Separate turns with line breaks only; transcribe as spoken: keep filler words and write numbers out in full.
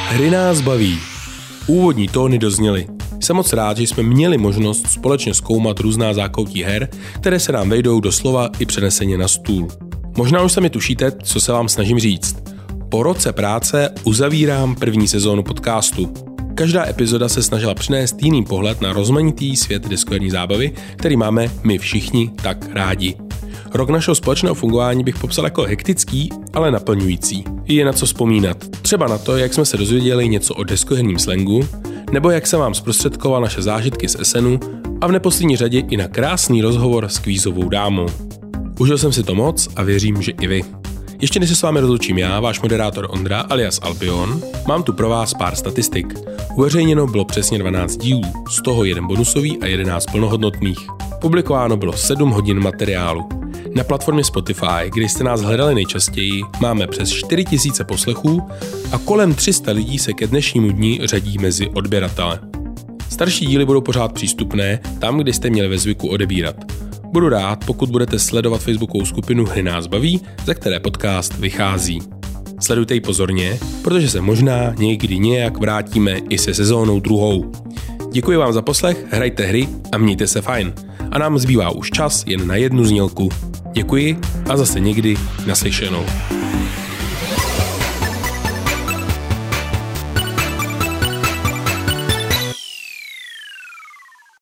Hry nás baví. Úvodní tóny dozněly. Jsem moc rád, že jsme měli možnost společně zkoumat různá zákoutí her, které se nám vejdou doslova i přeneseně na stůl. Možná už sami tušíte, co se vám snažím říct. Po roce práce uzavírám první sezónu podcastu. Každá epizoda se snažila přinést jiný pohled na rozmanitý svět deskoherní zábavy, který máme my všichni tak rádi. Rok našeho společného fungování bych popsal jako hektický, ale naplňující. Je na co vzpomínat. Třeba na to, jak jsme se dozvěděli něco o deskoherním slangu, nebo jak jsem vám zprostředkoval naše zážitky z Essenu a v neposlední řadě i na krásný rozhovor s kvízovou dámou. Užil jsem si to moc a věřím, že i vy. Ještě než se s vámi rozlučím já, váš moderátor Ondra alias Albion, mám tu pro vás pár statistik. Uveřejněno bylo přesně dvanáct dílů, z toho jeden bonusový a jedenáct plnohodnotných. Publikováno bylo sedm hodin materiálu. Na platformě Spotify, kde jste nás hledali nejčastěji, máme přes čtyři tisíce poslechů a kolem tři sta lidí se ke dnešnímu dni řadí mezi odběratele. Starší díly budou pořád přístupné tam, kde jste měli ve zvyku odebírat. Budu rád, pokud budete sledovat facebookovou skupinu Hry nás baví, ze které podcast vychází. Sledujte ji pozorně, protože se možná někdy nějak vrátíme i se sezónou druhou. Děkuji vám za poslech, hrajte hry a mějte se fajn. A nám zbývá už čas jen na jednu znělku. Děkuji a zase někdy naslyšenou.